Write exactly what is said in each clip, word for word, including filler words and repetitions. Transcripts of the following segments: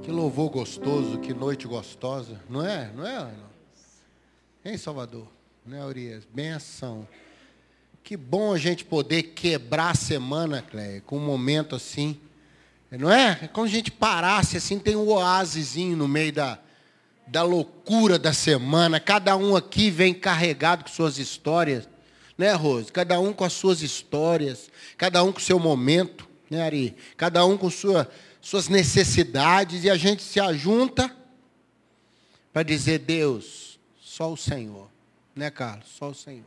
Que louvor gostoso, que noite gostosa. Não é? Não é? Não. Em Salvador, né, Urias? Benção. Que bom a gente poder quebrar a semana, Cléia, com um momento assim. Não é? É como se a gente parasse assim, tem um oásisinho no meio da, da loucura da semana. Cada um aqui vem carregado com suas histórias. Né, Rose? Cada um com as suas histórias. Cada um com o seu momento. Né, Ari? Cada um com sua... suas necessidades, e a gente se ajunta para dizer: Deus, só o Senhor. Né, Carlos? Só o Senhor.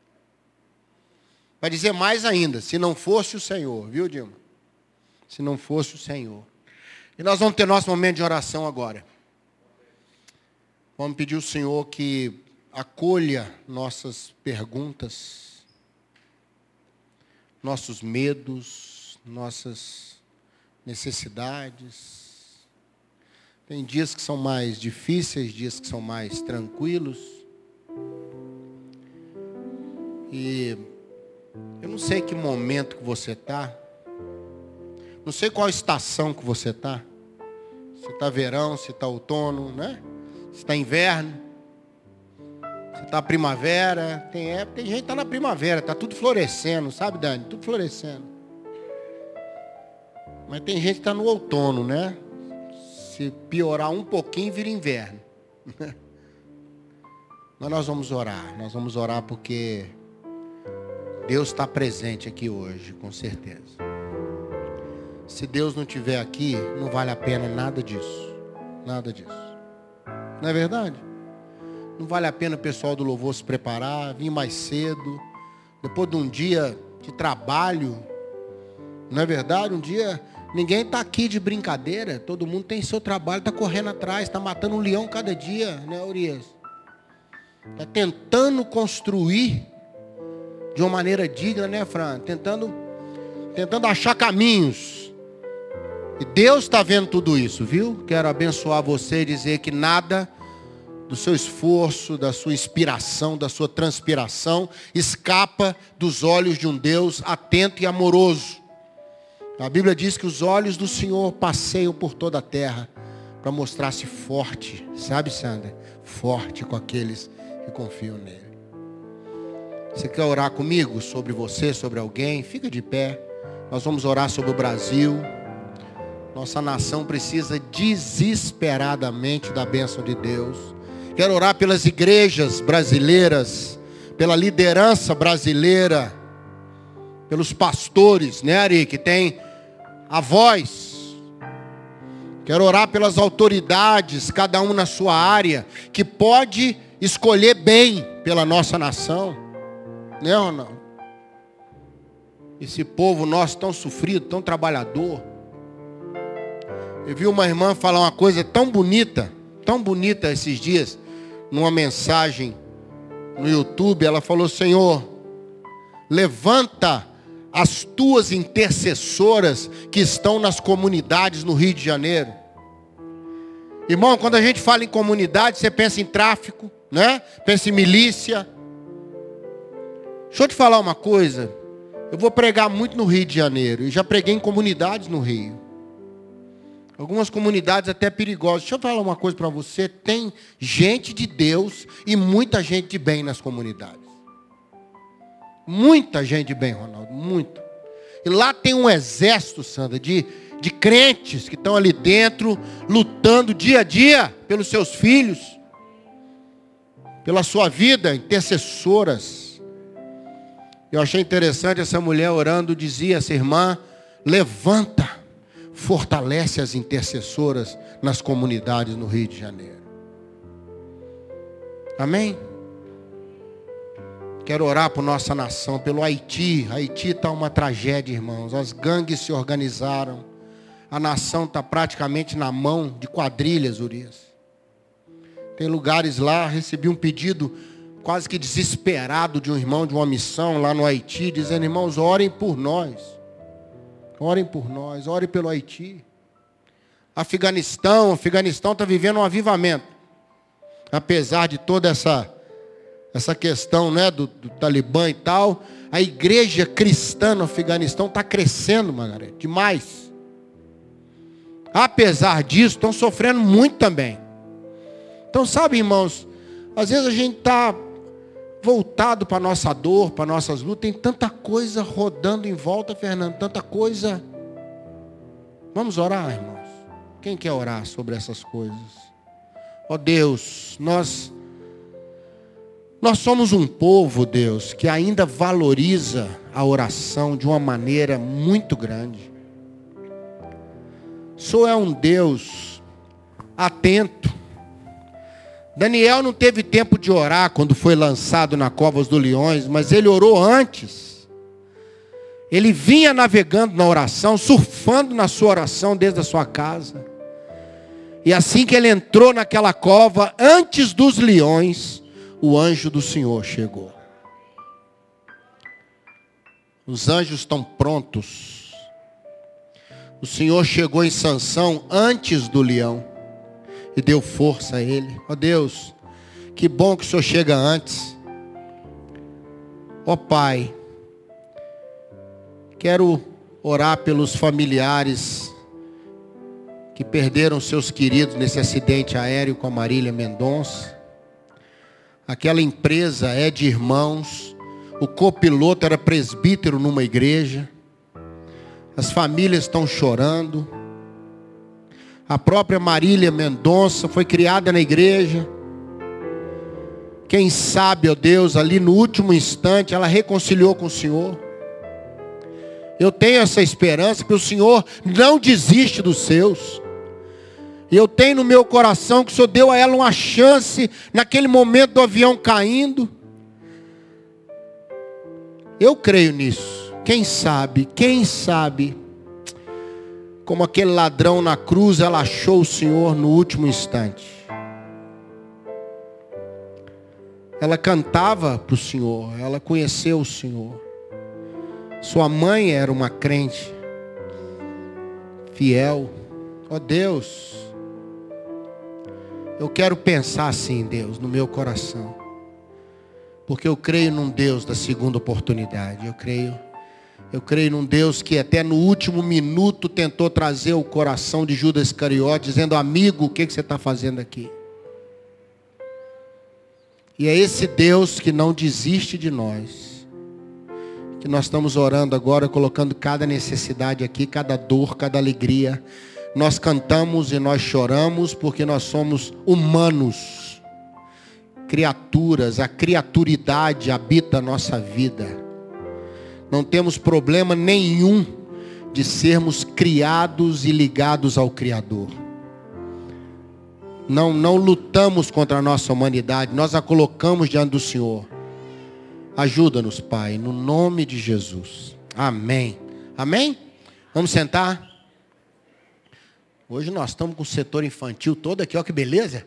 Para dizer mais ainda, se não fosse o Senhor, viu, Dilma? Se não fosse o Senhor. E nós vamos ter nosso momento de oração agora. Vamos pedir ao Senhor que acolha nossas perguntas, nossos medos, nossas necessidades. Tem dias que são mais difíceis, dias que são mais tranquilos. E eu não sei que momento que você está. Não sei qual estação que você está. Se está verão, se está outono, né? Se está inverno. Se está primavera. Tem época, tem gente que está na primavera, está tudo florescendo, sabe, Dani? Tudo florescendo. Mas tem gente que está no outono, né? Se piorar um pouquinho, vira inverno. Mas nós vamos orar. Nós vamos orar porque Deus está presente aqui hoje, com certeza. Se Deus não estiver aqui, não vale a pena nada disso. Nada disso. Não é verdade? Não vale a pena o pessoal do louvor se preparar, vir mais cedo. Depois de um dia de trabalho. Não é verdade? Um dia... Ninguém está aqui de brincadeira. Todo mundo tem seu trabalho, está correndo atrás, está matando um leão cada dia, né, Urias? Está tentando construir de uma maneira digna, né, Fran? Tentando, tentando achar caminhos. E Deus está vendo tudo isso, viu? Quero abençoar você e dizer que nada do seu esforço, da sua inspiração, da sua transpiração escapa dos olhos de um Deus atento e amoroso. A Bíblia diz que os olhos do Senhor passeiam por toda a terra para mostrar-se forte, sabe, Sandra? Forte com aqueles que confiam nele. Você quer orar comigo sobre você, sobre alguém? Fica de pé. Nós vamos orar sobre o Brasil. Nossa nação precisa desesperadamente da bênção de Deus. Quero orar pelas igrejas brasileiras, pela liderança brasileira, pelos pastores, né, Ari, que tem a voz. Quero orar pelas autoridades, cada um na sua área, que pode escolher bem pela nossa nação. Né, Ronaldo? Esse povo nosso tão sofrido, tão trabalhador. Eu vi uma irmã falar uma coisa tão bonita, tão bonita esses dias, numa mensagem no YouTube. Ela falou: Senhor, levanta as tuas intercessoras que estão nas comunidades no Rio de Janeiro. Irmão, quando a gente fala em comunidade, você pensa em tráfico, né? Pensa em milícia. Deixa eu te falar uma coisa. Eu vou pregar muito no Rio de Janeiro. E já preguei em comunidades no Rio. Algumas comunidades até perigosas. Deixa eu falar uma coisa para você. Tem gente de Deus e muita gente de bem nas comunidades. Muita gente de bem, Ronaldo. Muito. E lá tem um exército, Sandra, de, de crentes que estão ali dentro, lutando dia a dia pelos seus filhos, pela sua vida, intercessoras. Eu achei interessante essa mulher orando, dizia essa irmã: levanta, fortalece as intercessoras nas comunidades no Rio de Janeiro. Amém? Quero orar por nossa nação, pelo Haiti. Haiti está uma tragédia, irmãos. As gangues se organizaram. A nação está praticamente na mão de quadrilhas, Urias. Tem lugares lá, recebi um pedido quase que desesperado de um irmão de uma missão lá no Haiti, dizendo: irmãos, orem por nós. Orem por nós, orem pelo Haiti. Afeganistão, Afeganistão está vivendo um avivamento. Apesar de toda essa... essa questão, né, do, do Talibã e tal, a igreja cristã no Afeganistão está crescendo, Margarete, demais. apesar disso, estão sofrendo muito também. Então, sabe, irmãos, às vezes a gente está voltado para a nossa dor, para nossas lutas, tem tanta coisa rodando em volta, Fernando, tanta coisa. Vamos orar, irmãos? Quem quer orar sobre essas coisas? Ó Deus, nós, nós somos um povo, Deus, que ainda valoriza a oração de uma maneira muito grande. O Senhor é um Deus atento. Daniel não teve tempo de orar quando foi lançado na cova dos leões, mas ele orou antes. Ele vinha navegando na oração, surfando na sua oração desde a sua casa. E assim que ele entrou naquela cova, antes dos leões, o anjo do Senhor chegou. Os anjos estão prontos. O Senhor chegou em Sansão antes do leão e deu força a ele. Ó Deus, que bom que o Senhor chega antes. Ó Pai, quero orar pelos familiares que perderam seus queridos nesse acidente aéreo com a Marília Mendonça. Aquela empresa é de irmãos. O copiloto era presbítero numa igreja. As famílias estão chorando. A própria Marília Mendonça foi criada na igreja. Quem sabe, ó Deus, ali no último instante ela reconciliou com o Senhor. Eu tenho essa esperança que o Senhor não desiste dos seus. E eu tenho no meu coração que o Senhor deu a ela uma chance naquele momento do avião caindo. Eu creio nisso. Quem sabe, quem sabe, como aquele ladrão na cruz, ela achou o Senhor no último instante. Ela cantava para o Senhor, ela conheceu o Senhor. Sua mãe era uma crente, fiel. Ó Deus, eu quero pensar assim, Deus, no meu coração. Porque eu creio num Deus da segunda oportunidade. Eu creio, eu creio num Deus que até no último minuto tentou trazer o coração de Judas Iscariote, dizendo: amigo, o que, que você está fazendo aqui? E é esse Deus que não desiste de nós. Que nós estamos orando agora, colocando cada necessidade aqui, cada dor, cada alegria. Nós cantamos e nós choramos porque nós somos humanos, criaturas, a criaturidade habita a nossa vida. Não temos problema nenhum de sermos criados e ligados ao Criador. Não, não lutamos contra a nossa humanidade, nós a colocamos diante do Senhor. Ajuda-nos, Pai, no nome de Jesus. Amém. Amém? Vamos sentar? Hoje nós estamos com o setor infantil todo aqui, ó que beleza.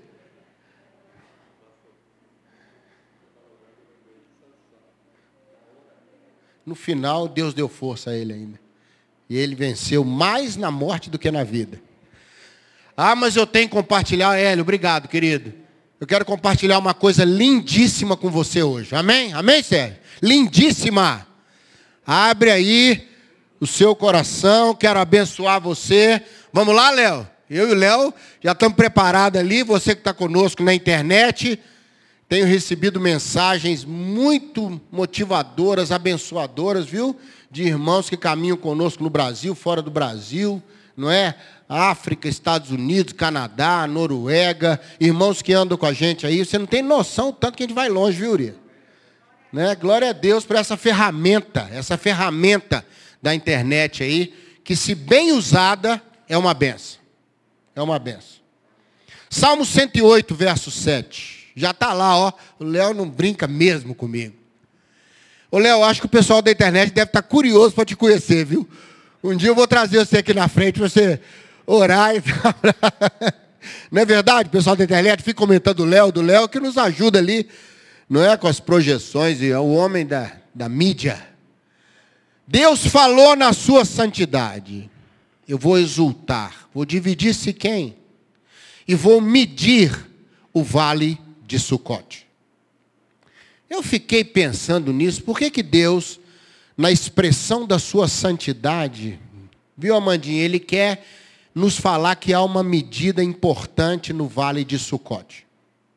No final, Deus deu força a ele ainda. E ele venceu mais na morte do que na vida. Ah, mas eu tenho que compartilhar. Hélio, obrigado, querido. Eu quero compartilhar uma coisa lindíssima com você hoje. Amém? Amém, Sérgio? Lindíssima. Abre aí o seu coração. Quero abençoar você. Vamos lá, Léo? Eu e o Léo já estamos preparados ali. Você que está conosco na internet. Tenho recebido mensagens muito motivadoras, abençoadoras, viu? De irmãos que caminham conosco no Brasil, fora do Brasil, não é? África, Estados Unidos, Canadá, Noruega, irmãos que andam com a gente aí. Você não tem noção tanto que a gente vai longe, viu, Uri? Né? Glória a Deus por essa ferramenta, essa ferramenta da internet aí, que se bem usada, é uma benção. É uma benção. Salmo cento e oito, verso sete. Já está lá, ó. O Léo não brinca mesmo comigo. Ô, Léo, acho que o pessoal da internet deve estar curioso para te conhecer, viu? Um dia eu vou trazer você aqui na frente para você orar. E... Não é verdade? O pessoal da internet fica comentando o Léo, do Léo, que nos ajuda ali, não é? Com as projeções, e é o homem da, da mídia. Deus falou na sua santidade. Eu vou exultar, vou dividir-se quem? E vou medir o vale de Sucote. Eu fiquei pensando nisso, por que que Deus, na expressão da sua santidade, viu, Amandinha, Ele quer nos falar que há uma medida importante no Vale de Sucote.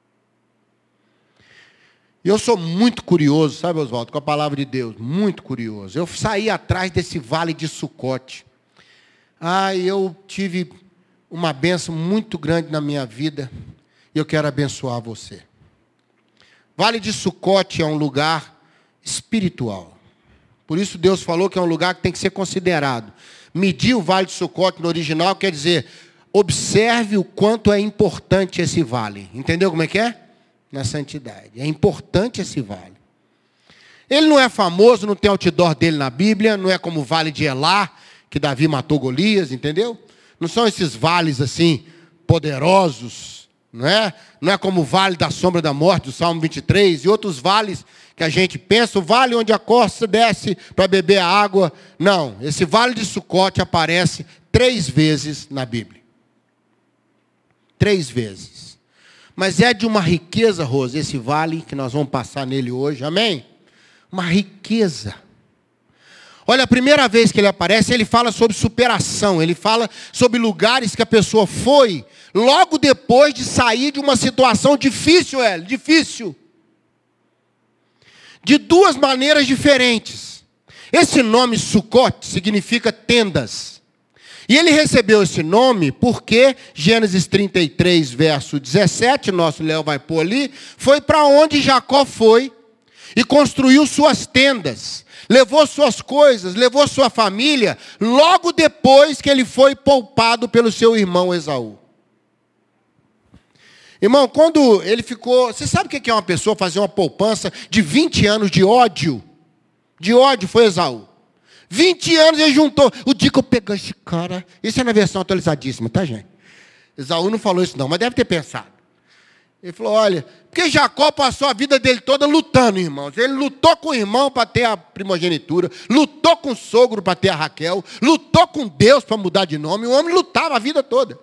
E eu sou muito curioso, sabe, Oswaldo, com a palavra de Deus, muito curioso. Eu saí atrás desse Vale de Sucote. Ah, eu tive uma bênção muito grande na minha vida e eu quero abençoar você. Vale de Sucote é um lugar espiritual. Por isso Deus falou que é um lugar que tem que ser considerado. Medir o Vale de Sucote no original quer dizer, observe o quanto é importante esse vale. Entendeu como é que é? Na santidade. É importante esse vale. Ele não é famoso, não tem outdoor dele na Bíblia, não é como o Vale de Elá, que Davi matou Golias, entendeu? Não são esses vales assim, poderosos, não é? Não é como o Vale da Sombra da Morte, do Salmo vinte e três, e outros vales que a gente pensa, o vale onde a corça desce para beber a água. Não, esse Vale de Sucote aparece três vezes na Bíblia. Três vezes. Mas é de uma riqueza, Rose, esse vale que nós vamos passar nele hoje, amém? Uma riqueza. Olha, a primeira vez que ele aparece, ele fala sobre superação, ele fala sobre lugares que a pessoa foi, logo depois de sair de uma situação difícil, é, difícil. De duas maneiras diferentes. Esse nome Sucote significa tendas. E ele recebeu esse nome porque Gênesis trinta e três, verso dezessete, nosso Léo vai pôr ali, foi para onde Jacó foi e construiu suas tendas, levou suas coisas, levou sua família, logo depois que ele foi poupado pelo seu irmão Esaú. Irmão, quando ele ficou... Você sabe o que é uma pessoa fazer uma poupança de vinte anos de ódio? De ódio foi Esaú. vinte anos ele juntou. O dia que eu pegar esse cara... Isso é na versão atualizadíssima, tá, gente? Esaú não falou isso não, mas deve ter pensado. Ele falou, olha... Porque Jacó passou a vida dele toda lutando, irmãos. Ele lutou com o irmão para ter a primogenitura. Lutou com o sogro para ter a Raquel. Lutou com Deus para mudar de nome. O homem lutava a vida toda.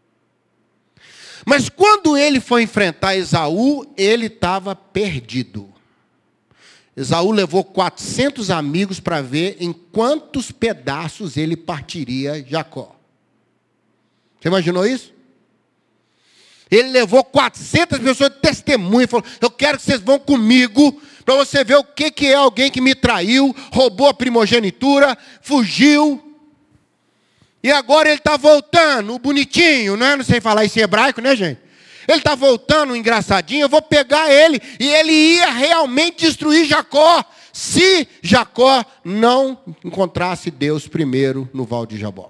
Mas quando ele foi enfrentar Esaú, ele estava perdido. Esaú levou quatrocentos amigos para ver em quantos pedaços ele partiria Jacó. Você imaginou isso? Ele levou quatrocentas pessoas de testemunha e falou, eu quero que vocês vão comigo para você ver o que, que é alguém que me traiu, roubou a primogenitura, fugiu. E agora ele está voltando, o bonitinho, não é? Não sei falar isso em hebraico, né, gente? Ele está voltando, o engraçadinho, eu vou pegar ele. E ele ia realmente destruir Jacó, se Jacó não encontrasse Deus primeiro no Val de Jaboque.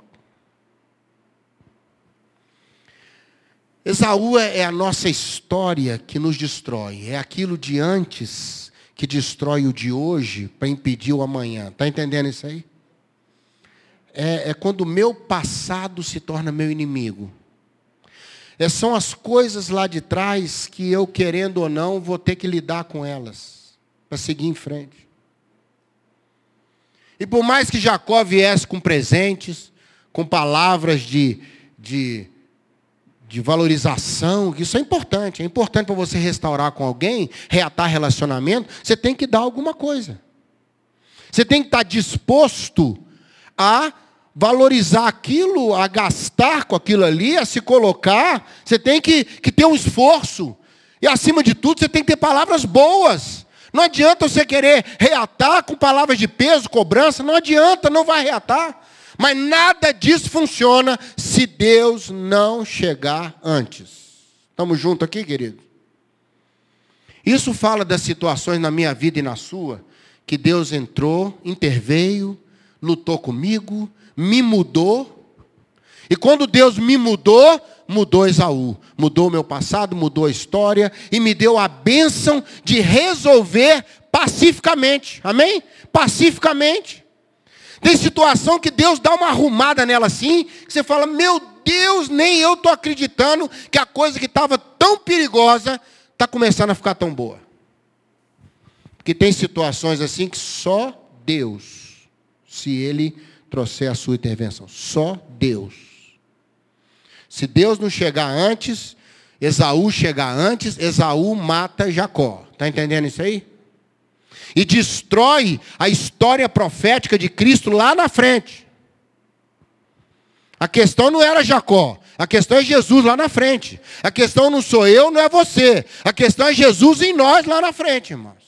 Esaú é a nossa história que nos destrói. É aquilo de antes que destrói o de hoje para impedir o amanhã. Está entendendo isso aí? É, é quando o meu passado se torna meu inimigo. É, são as coisas lá de trás que eu, querendo ou não, vou ter que lidar com elas para seguir em frente. E por mais que Jacó viesse com presentes, com palavras de, de, de valorização, isso é importante. É importante para você restaurar com alguém, reatar relacionamento, você tem que dar alguma coisa. Você tem que estar disposto a valorizar aquilo, a gastar com aquilo ali, a se colocar. Você tem que, que ter um esforço. E acima de tudo, você tem que ter palavras boas. Não adianta você querer reatar com palavras de peso, cobrança. Não adianta, não vai reatar. Mas nada disso funciona se Deus não chegar antes. Estamos juntos aqui, querido? Isso fala das situações na minha vida e na sua, que Deus entrou, interveio, lutou comigo, me mudou. E quando Deus me mudou, mudou Esaú. Mudou o meu passado, mudou a história e me deu a bênção de resolver pacificamente. Amém? Pacificamente. Tem situação que Deus dá uma arrumada nela assim, que você fala, meu Deus, nem eu estou acreditando que a coisa que estava tão perigosa está começando a ficar tão boa. Porque tem situações assim que só Deus, se Ele trouxer a sua intervenção. Só Deus. Se Deus não chegar antes, Esaú chegar antes, Esaú mata Jacó. Está entendendo isso aí? E destrói a história profética de Cristo lá na frente. A questão não era Jacó. A questão é Jesus lá na frente. A questão não sou eu, não é você. A questão é Jesus em nós lá na frente, irmãos.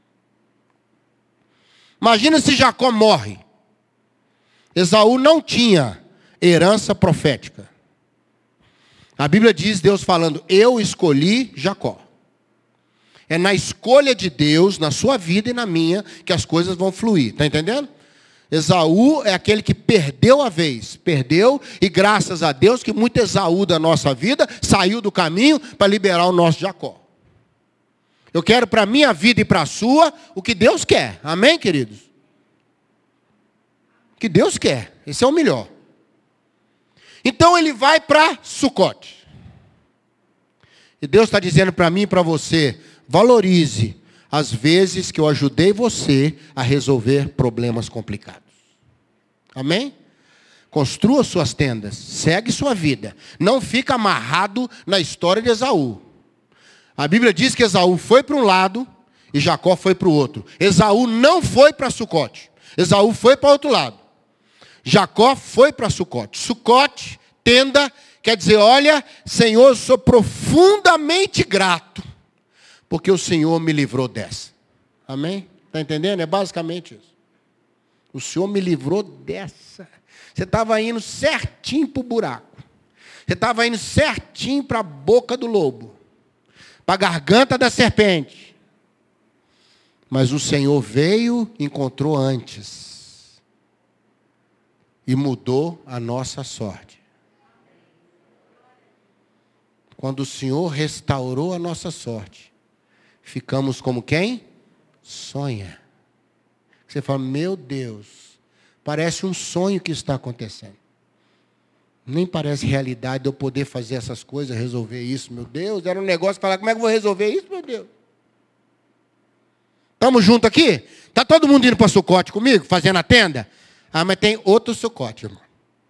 Imagina se Jacó morre. Esaú não tinha herança profética. A Bíblia diz, Deus falando, eu escolhi Jacó. É na escolha de Deus, na sua vida e na minha, que as coisas vão fluir. Está entendendo? Esaú é aquele que perdeu a vez. Perdeu, e graças a Deus que muito Esaú da nossa vida saiu do caminho para liberar o nosso Jacó. Eu quero para a minha vida e para a sua o que Deus quer. Amém, queridos? O que Deus quer. Esse é o melhor. Então ele vai para Sucote. E Deus está dizendo para mim e para você, valorize as vezes que eu ajudei você a resolver problemas complicados. Amém? Construa suas tendas, segue sua vida. Não fica amarrado na história de Esaú. A Bíblia diz que Esaú foi para um lado e Jacó foi para o outro. Esaú não foi para Sucote. Esaú foi para o outro lado. Jacó foi para Sucote. Sucote, tenda, quer dizer, olha, Senhor, eu sou profundamente grato, porque o Senhor me livrou dessa. Amém? Está entendendo? É basicamente isso. O Senhor me livrou dessa. Você estava indo certinho para o buraco. Você estava indo certinho para a boca do lobo. Para a garganta da serpente. Mas o Senhor veio e encontrou antes. E mudou a nossa sorte. Quando o Senhor restaurou a nossa sorte, ficamos como quem? Sonha. Você fala, meu Deus, parece um sonho que está acontecendo. Nem parece realidade de eu poder fazer essas coisas, resolver isso, meu Deus. Era um negócio, falar, como é que eu vou resolver isso, meu Deus? Estamos juntos aqui? Está todo mundo indo para Sucote comigo, fazendo a tenda? Ah, mas tem outro Sucote, irmão.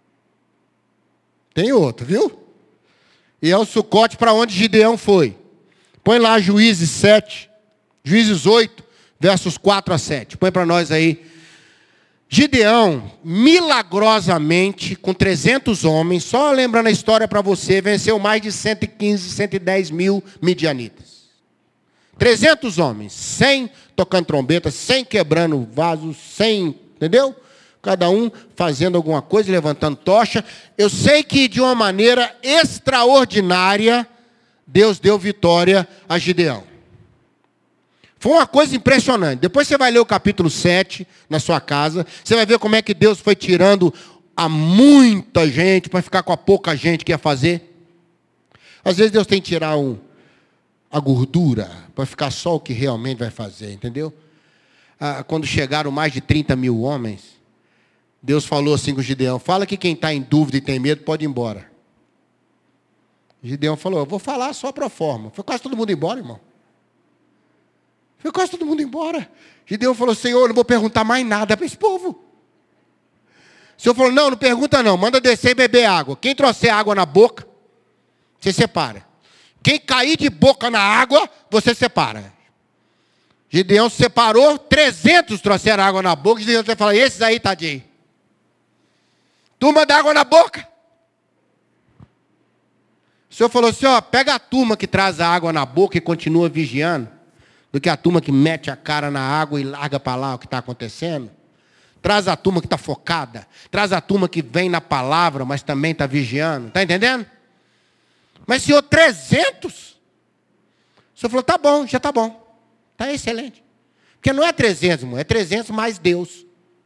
Tem outro, viu? E é o Sucote para onde Gideão foi. Põe lá Juízes sete, Juízes oito, versos quatro a sete. Põe para nós aí. Gideão, milagrosamente, com trezentos homens, só lembrando a história para você, venceu mais de cento e quinze, cento e dez mil midianitas. trezentos homens, sem tocando trombeta, sem quebrando vasos, sem, entendeu? Cada um fazendo alguma coisa, levantando tocha. Eu sei que de uma maneira extraordinária, Deus deu vitória a Gideão. Foi uma coisa impressionante. Depois você vai ler o capítulo sete na sua casa. Você vai ver como é que Deus foi tirando a muita gente para ficar com a pouca gente que ia fazer. Às vezes Deus tem que tirar um, a gordura para ficar só o que realmente vai fazer, entendeu? Ah, quando chegaram mais de trinta mil homens, Deus falou assim com Gideão, fala que quem está em dúvida e tem medo pode ir embora. Gideão falou, eu vou falar só para forma. Foi quase todo mundo embora, irmão. Foi quase todo mundo embora. Gideão falou, Senhor, eu não vou perguntar mais nada para esse povo. O Senhor falou, não, não pergunta não, manda descer e beber água. Quem trouxer água na boca, você separa. Quem cair de boca na água, você separa. Gideão separou, trezentos trouxeram água na boca, Gideão falou, esses aí, tadinho. Turma d'água na boca. O Senhor falou assim, ó, pega a turma que traz a água na boca e continua vigiando, do que a turma que mete a cara na água e larga para lá o que está acontecendo. Traz a turma que está focada. Traz a turma que vem na palavra, mas também está vigiando. Está entendendo? Mas, Senhor, trezentos? O Senhor falou, tá bom, já está bom. Está excelente. Porque não é trezentos, irmão, é trezentos mais Deus.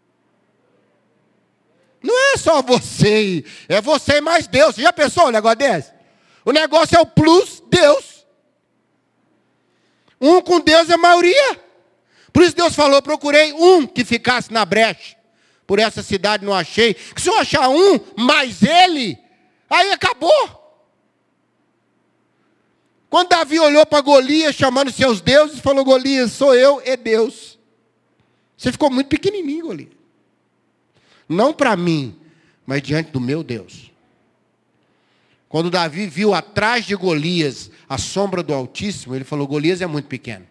Não é só você, é você mais Deus. Você já pensou um negócio desse? O negócio é o plus Deus. Um com Deus é a maioria. Por isso Deus falou, procurei um que ficasse na brecha. Por essa cidade não achei. Que se eu achar um, mais ele, aí acabou. Quando Davi olhou para Golias, chamando seus deuses, falou, Golias, sou eu e Deus. Você ficou muito pequenininho, Golias. Não para mim, mas diante do meu Deus. Quando Davi viu atrás de Golias a sombra do Altíssimo, ele falou, Golias é muito pequeno.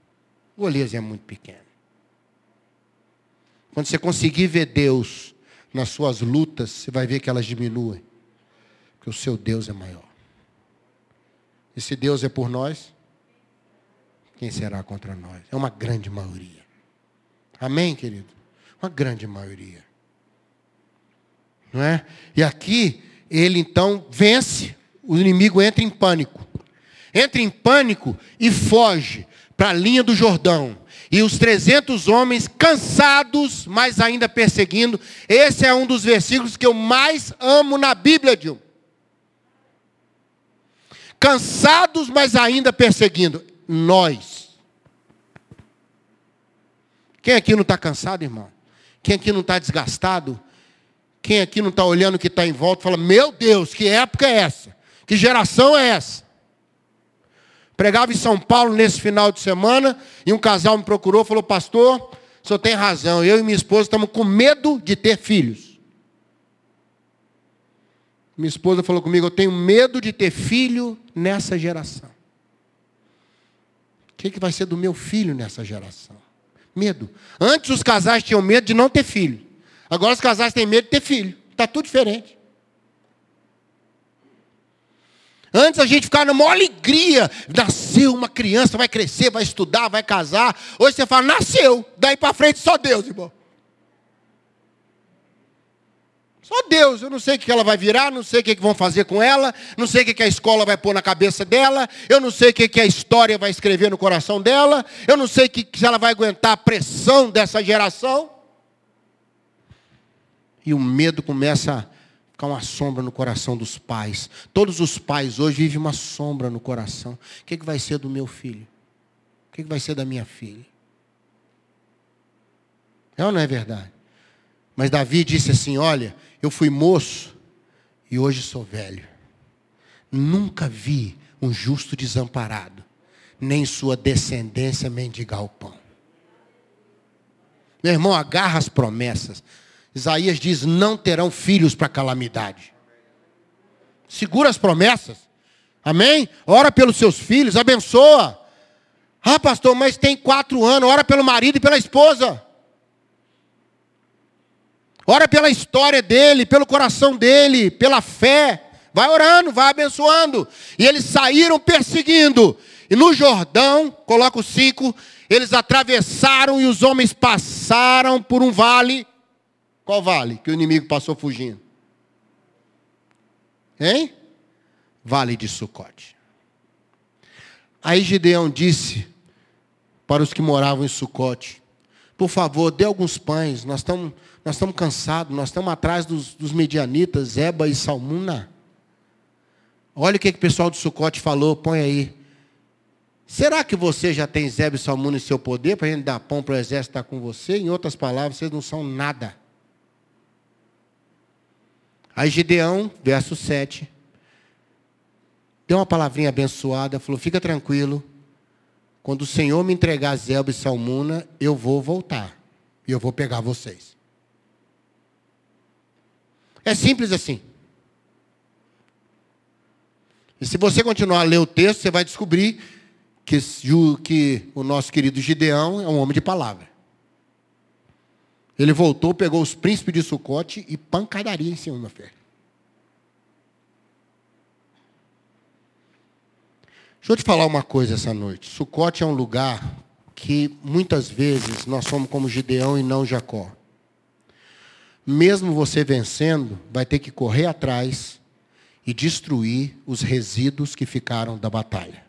Golias é muito pequeno. Quando você conseguir ver Deus nas suas lutas, você vai ver que elas diminuem. Porque o seu Deus é maior. E se Deus é por nós, quem será contra nós? É uma grande maioria. Amém, querido? Uma grande maioria. Não é? E aqui, ele então vence, o inimigo entra em pânico. Entra em pânico e foge para a linha do Jordão. E os trezentos homens, cansados, mas ainda perseguindo. Esse é um dos versículos que eu mais amo na Bíblia, Dilma. Cansados, mas ainda perseguindo. Nós. Quem aqui não está cansado, irmão? Quem aqui não está desgastado? Quem aqui não está olhando o que está em volta e fala, meu Deus, que época é essa? Que geração é essa? Pregava em São Paulo nesse final de semana, e um casal me procurou e falou, pastor, o senhor tem razão, eu e minha esposa estamos com medo de ter filhos. Minha esposa falou comigo, eu tenho medo de ter filho nessa geração. O que, que vai ser do meu filho nessa geração? Medo. Antes os casais tinham medo de não ter filho. Agora os casais têm medo de ter filho. Está tudo diferente. Antes a gente ficava na maior alegria. Nasceu uma criança, vai crescer, vai estudar, vai casar. Hoje você fala, nasceu. Daí para frente só Deus, irmão. Só Deus, eu não sei o que ela vai virar, não sei o que vão fazer com ela, não sei o que a escola vai pôr na cabeça dela, eu não sei o que a história vai escrever no coração dela, eu não sei se ela vai aguentar a pressão dessa geração. E o medo começa a ficar uma sombra no coração dos pais. Todos os pais hoje vivem uma sombra no coração. O que vai ser do meu filho? O que vai ser da minha filha? É ou não é verdade? Mas Davi disse assim, olha, eu fui moço e hoje sou velho. Nunca vi um justo desamparado, nem sua descendência mendigar o pão. Meu irmão, agarra as promessas. Isaías diz, não terão filhos para calamidade. Segura as promessas. Amém? Ora pelos seus filhos, abençoa. Ah, pastor, mas tem quatro anos, ora pelo marido e pela esposa. Ora pela história dele, pelo coração dele, pela fé. Vai orando, vai abençoando. E eles saíram perseguindo. E no Jordão, coloca o cinco, eles atravessaram e os homens passaram por um vale. Qual vale que o inimigo passou fugindo? Hein? Vale de Sucote. Aí Gideão disse para os que moravam em Sucote, por favor, dê alguns pães, nós estamos nós estamos cansados, nós estamos atrás dos, dos medianitas, Zeba e Salmuna. Olha o que, que o pessoal do Sucote falou, põe aí. Será que você já tem Zeba e Salmuna em seu poder para a gente dar pão para o exército estar com você? Em outras palavras, vocês não são nada. Aí Gideão, verso sete, deu uma palavrinha abençoada, falou, fica tranquilo, quando o Senhor me entregar Zeba e Salmuna, eu vou voltar, e eu vou pegar vocês. É simples assim. E se você continuar a ler o texto, você vai descobrir que, que o nosso querido Gideão é um homem de palavra. Ele voltou, pegou os príncipes de Sucote e pancadaria em cima, meu filho. Deixa eu te falar uma coisa essa noite. Sucote é um lugar que muitas vezes nós somos como Gideão e não Jacó. Mesmo você vencendo, vai ter que correr atrás e destruir os resíduos que ficaram da batalha.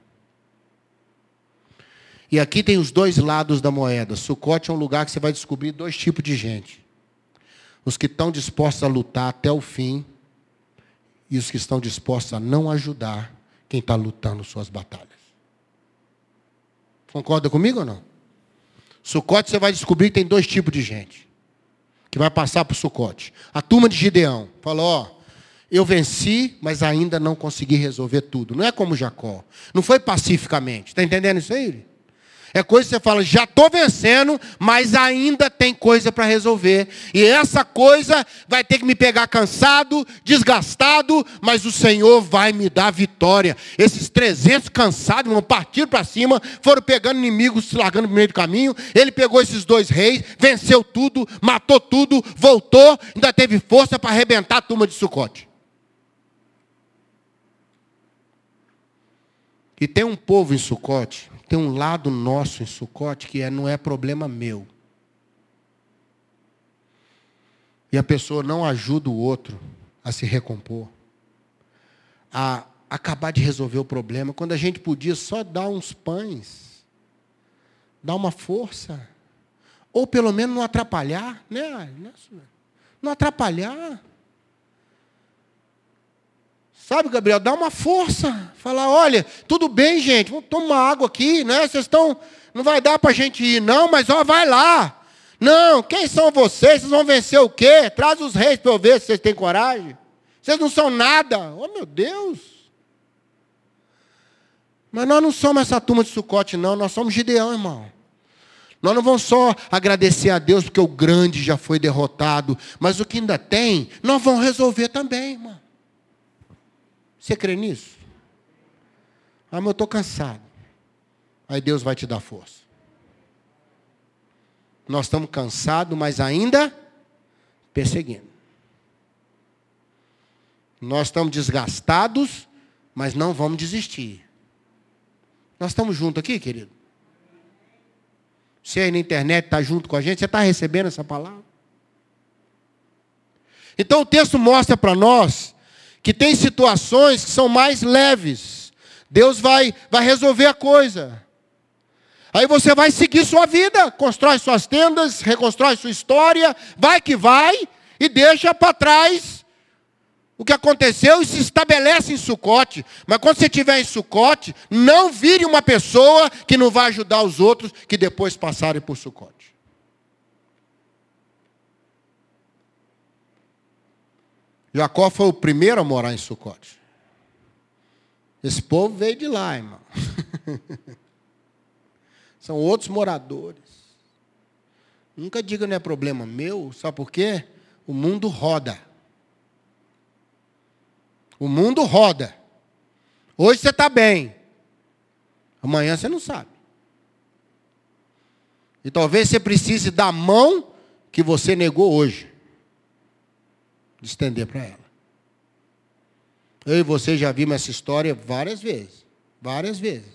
E aqui tem os dois lados da moeda. Sucote é um lugar que você vai descobrir dois tipos de gente. Os que estão dispostos a lutar até o fim e os que estão dispostos a não ajudar quem está lutando suas batalhas. Concorda comigo ou não? Sucote você vai descobrir que tem dois tipos de gente que vai passar por Sucote. A turma de Gideão falou, ó, eu venci, mas ainda não consegui resolver tudo. Não é como Jacó. Não foi pacificamente. Está entendendo isso aí? É coisa que você fala, já estou vencendo, mas ainda tem coisa para resolver. E essa coisa vai ter que me pegar cansado, desgastado, mas o Senhor vai me dar vitória. Esses trezentos cansados, vão partir para cima, foram pegando inimigos, se largando no meio do caminho. Ele pegou esses dois reis, venceu tudo, matou tudo, voltou, ainda teve força para arrebentar a turma de Sucote. E tem um povo em Sucote, tem um lado nosso em Sucote que é, não é problema meu. E a pessoa não ajuda o outro a se recompor, a acabar de resolver o problema, quando a gente podia só dar uns pães, dar uma força, ou pelo menos não atrapalhar, né? Não atrapalhar. Sabe, Gabriel, dá uma força. Falar, olha, tudo bem, gente, vamos tomar água aqui, né? Vocês estão, não vai dar para a gente ir, não, mas ó, vai lá. Não, quem são vocês? Vocês vão vencer o quê? Traz os reis para eu ver se vocês têm coragem. Vocês não são nada. Oh, meu Deus. Mas nós não somos essa turma de Sucote, não. Nós somos Gideão, irmão. Nós não vamos só agradecer a Deus porque o grande já foi derrotado, mas o que ainda tem, nós vamos resolver também, irmão. Você crê nisso? Ah, mas eu estou cansado. Aí Deus vai te dar força. Nós estamos cansados, mas ainda perseguindo. Nós estamos desgastados, mas não vamos desistir. Nós estamos juntos aqui, querido? Você aí na internet está junto com a gente? Você está recebendo essa palavra? Então o texto mostra para nós que tem situações que são mais leves. Deus vai, vai resolver a coisa. Aí você vai seguir sua vida, constrói suas tendas, reconstrói sua história, vai que vai, e deixa para trás o que aconteceu e se estabelece em Sucote. Mas quando você estiver em Sucote, não vire uma pessoa que não vai ajudar os outros que depois passarem por Sucote. Jacó foi o primeiro a morar em Sucote. Esse povo veio de lá, irmão. São outros moradores. Nunca diga não é problema meu, sabe por quê? O mundo roda. O mundo roda. Hoje você está bem. Amanhã você não sabe. E talvez você precise da mão que você negou hoje. De estender para ela. Eu e você já vimos essa história várias vezes. Várias vezes.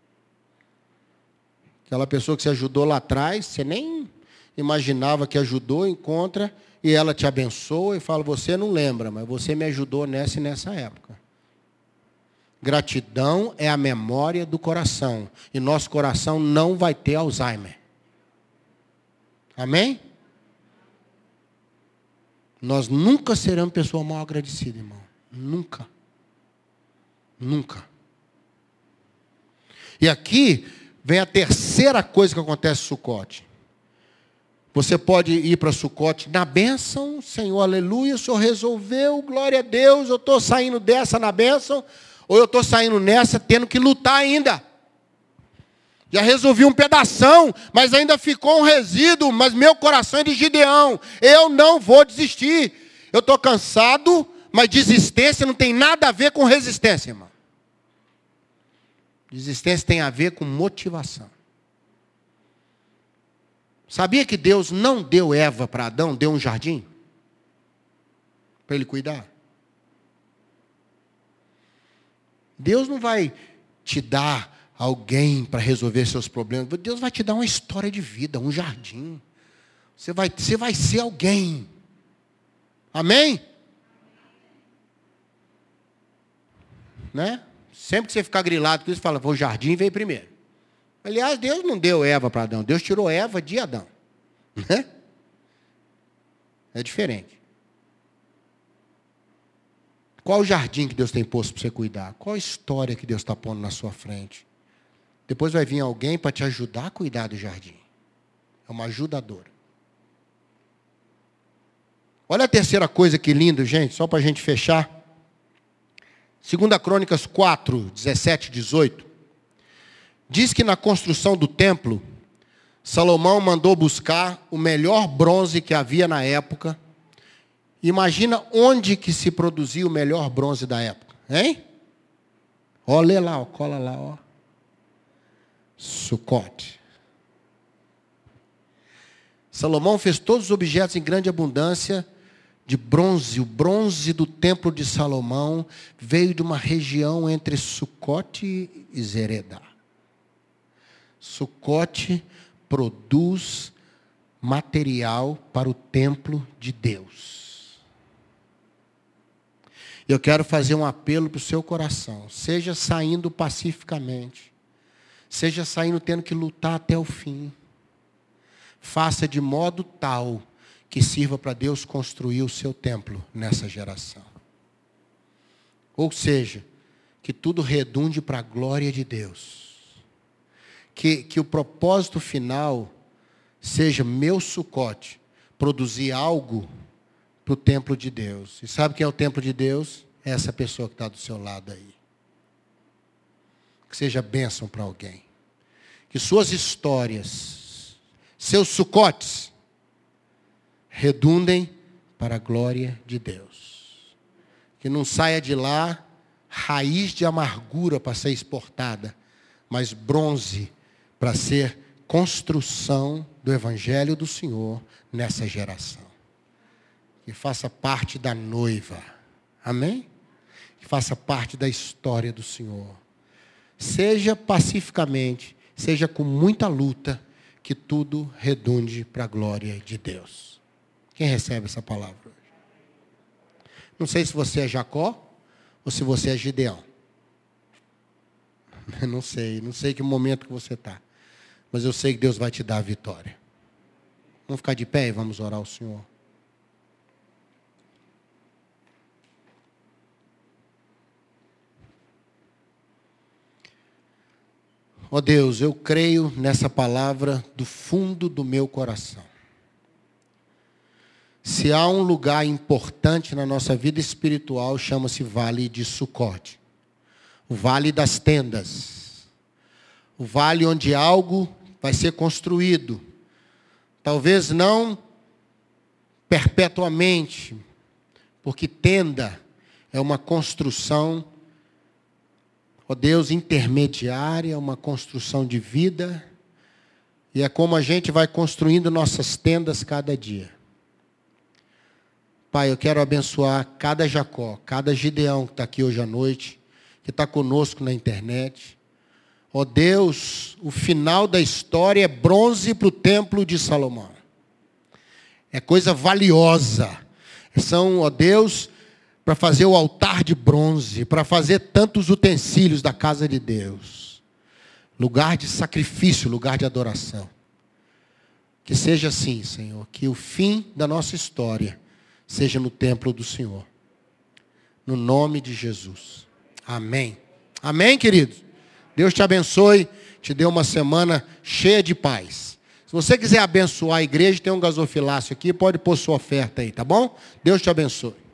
Aquela pessoa que você ajudou lá atrás, você nem imaginava que ajudou, encontra, e ela te abençoa e fala, você não lembra, mas você me ajudou nessa e nessa época. Gratidão é a memória do coração. E nosso coração não vai ter Alzheimer. Amém? Nós nunca seremos pessoa mal agradecida, irmão. Nunca. Nunca. E aqui vem a terceira coisa que acontece em Sucote. Você pode ir para Sucote na bênção, Senhor, aleluia, o Senhor resolveu, glória a Deus, eu estou saindo dessa na bênção, ou eu estou saindo nessa tendo que lutar ainda. Já resolvi um pedação, mas ainda ficou um resíduo, mas meu coração é de Gideão. Eu não vou desistir. Eu estou cansado, mas desistência não tem nada a ver com resistência, irmão. Desistência tem a ver com motivação. Sabia que Deus não deu Eva para Adão, deu um jardim? Para ele cuidar? Deus não vai te dar alguém para resolver seus problemas. Deus vai te dar uma história de vida, um jardim. Você vai, você vai ser alguém. Amém? Né? Sempre que você ficar grilado com isso, fala, o jardim veio primeiro. Aliás, Deus não deu Eva para Adão. Deus tirou Eva de Adão. Né? É diferente. Qual o jardim que Deus tem posto para você cuidar? Qual a história que Deus está pondo na sua frente? Depois vai vir alguém para te ajudar a cuidar do jardim. É uma ajudadora. Olha a terceira coisa que lindo, gente, só para a gente fechar. Segunda Crônicas quatro, dezessete e dezoito. Diz que na construção do templo, Salomão mandou buscar o melhor bronze que havia na época. Imagina onde que se produzia o melhor bronze da época, hein? Olha lá, ó, cola lá, ó. Sucote. Salomão fez todos os objetos em grande abundância de bronze. O bronze do templo de Salomão veio de uma região entre Sucote e Zereda. Sucote produz material para o templo de Deus. Eu quero fazer um apelo para o seu coração. Seja saindo pacificamente. Seja saindo tendo que lutar até o fim. Faça de modo tal que sirva para Deus construir o seu templo nessa geração. Ou seja, que tudo redunde para a glória de Deus. Que, que o propósito final seja meu Sucote, produzir algo para o templo de Deus. E sabe quem é o templo de Deus? É essa pessoa que está do seu lado aí. Que seja bênção para alguém. Que suas histórias, seus Sucotes, redundem para a glória de Deus. Que não saia de lá raiz de amargura para ser exportada, mas bronze para ser construção do Evangelho do Senhor nessa geração. Que faça parte da noiva. Amém? Que faça parte da história do Senhor. Seja pacificamente, seja com muita luta, que tudo redunde para a glória de Deus. Quem recebe essa palavra hoje? Não sei se você é Jacó ou se você é Gideão. Não sei, não sei que momento que você está. Mas eu sei que Deus vai te dar a vitória. Vamos ficar de pé e vamos orar ao Senhor. Ó oh Deus, eu creio nessa palavra do fundo do meu coração. Se há um lugar importante na nossa vida espiritual, chama-se Vale de Sucote. O Vale das Tendas. O vale onde algo vai ser construído. Talvez não perpetuamente, porque tenda é uma construção, ó Deus, intermediária, uma construção de vida, e é como a gente vai construindo nossas tendas cada dia. Pai, eu quero abençoar cada Jacó, cada Gideão que está aqui hoje à noite, que está conosco na internet. Ó Deus, o final da história é bronze para o templo de Salomão. É coisa valiosa. São, ó Deus, para fazer o altar de bronze, para fazer tantos utensílios da casa de Deus. Lugar de sacrifício, lugar de adoração. Que seja assim, Senhor, que o fim da nossa história seja no templo do Senhor. No nome de Jesus. Amém. Amém, queridos? Deus te abençoe, te dê uma semana cheia de paz. Se você quiser abençoar a igreja, tem um gasofilácio aqui, pode pôr sua oferta aí, tá bom? Deus te abençoe.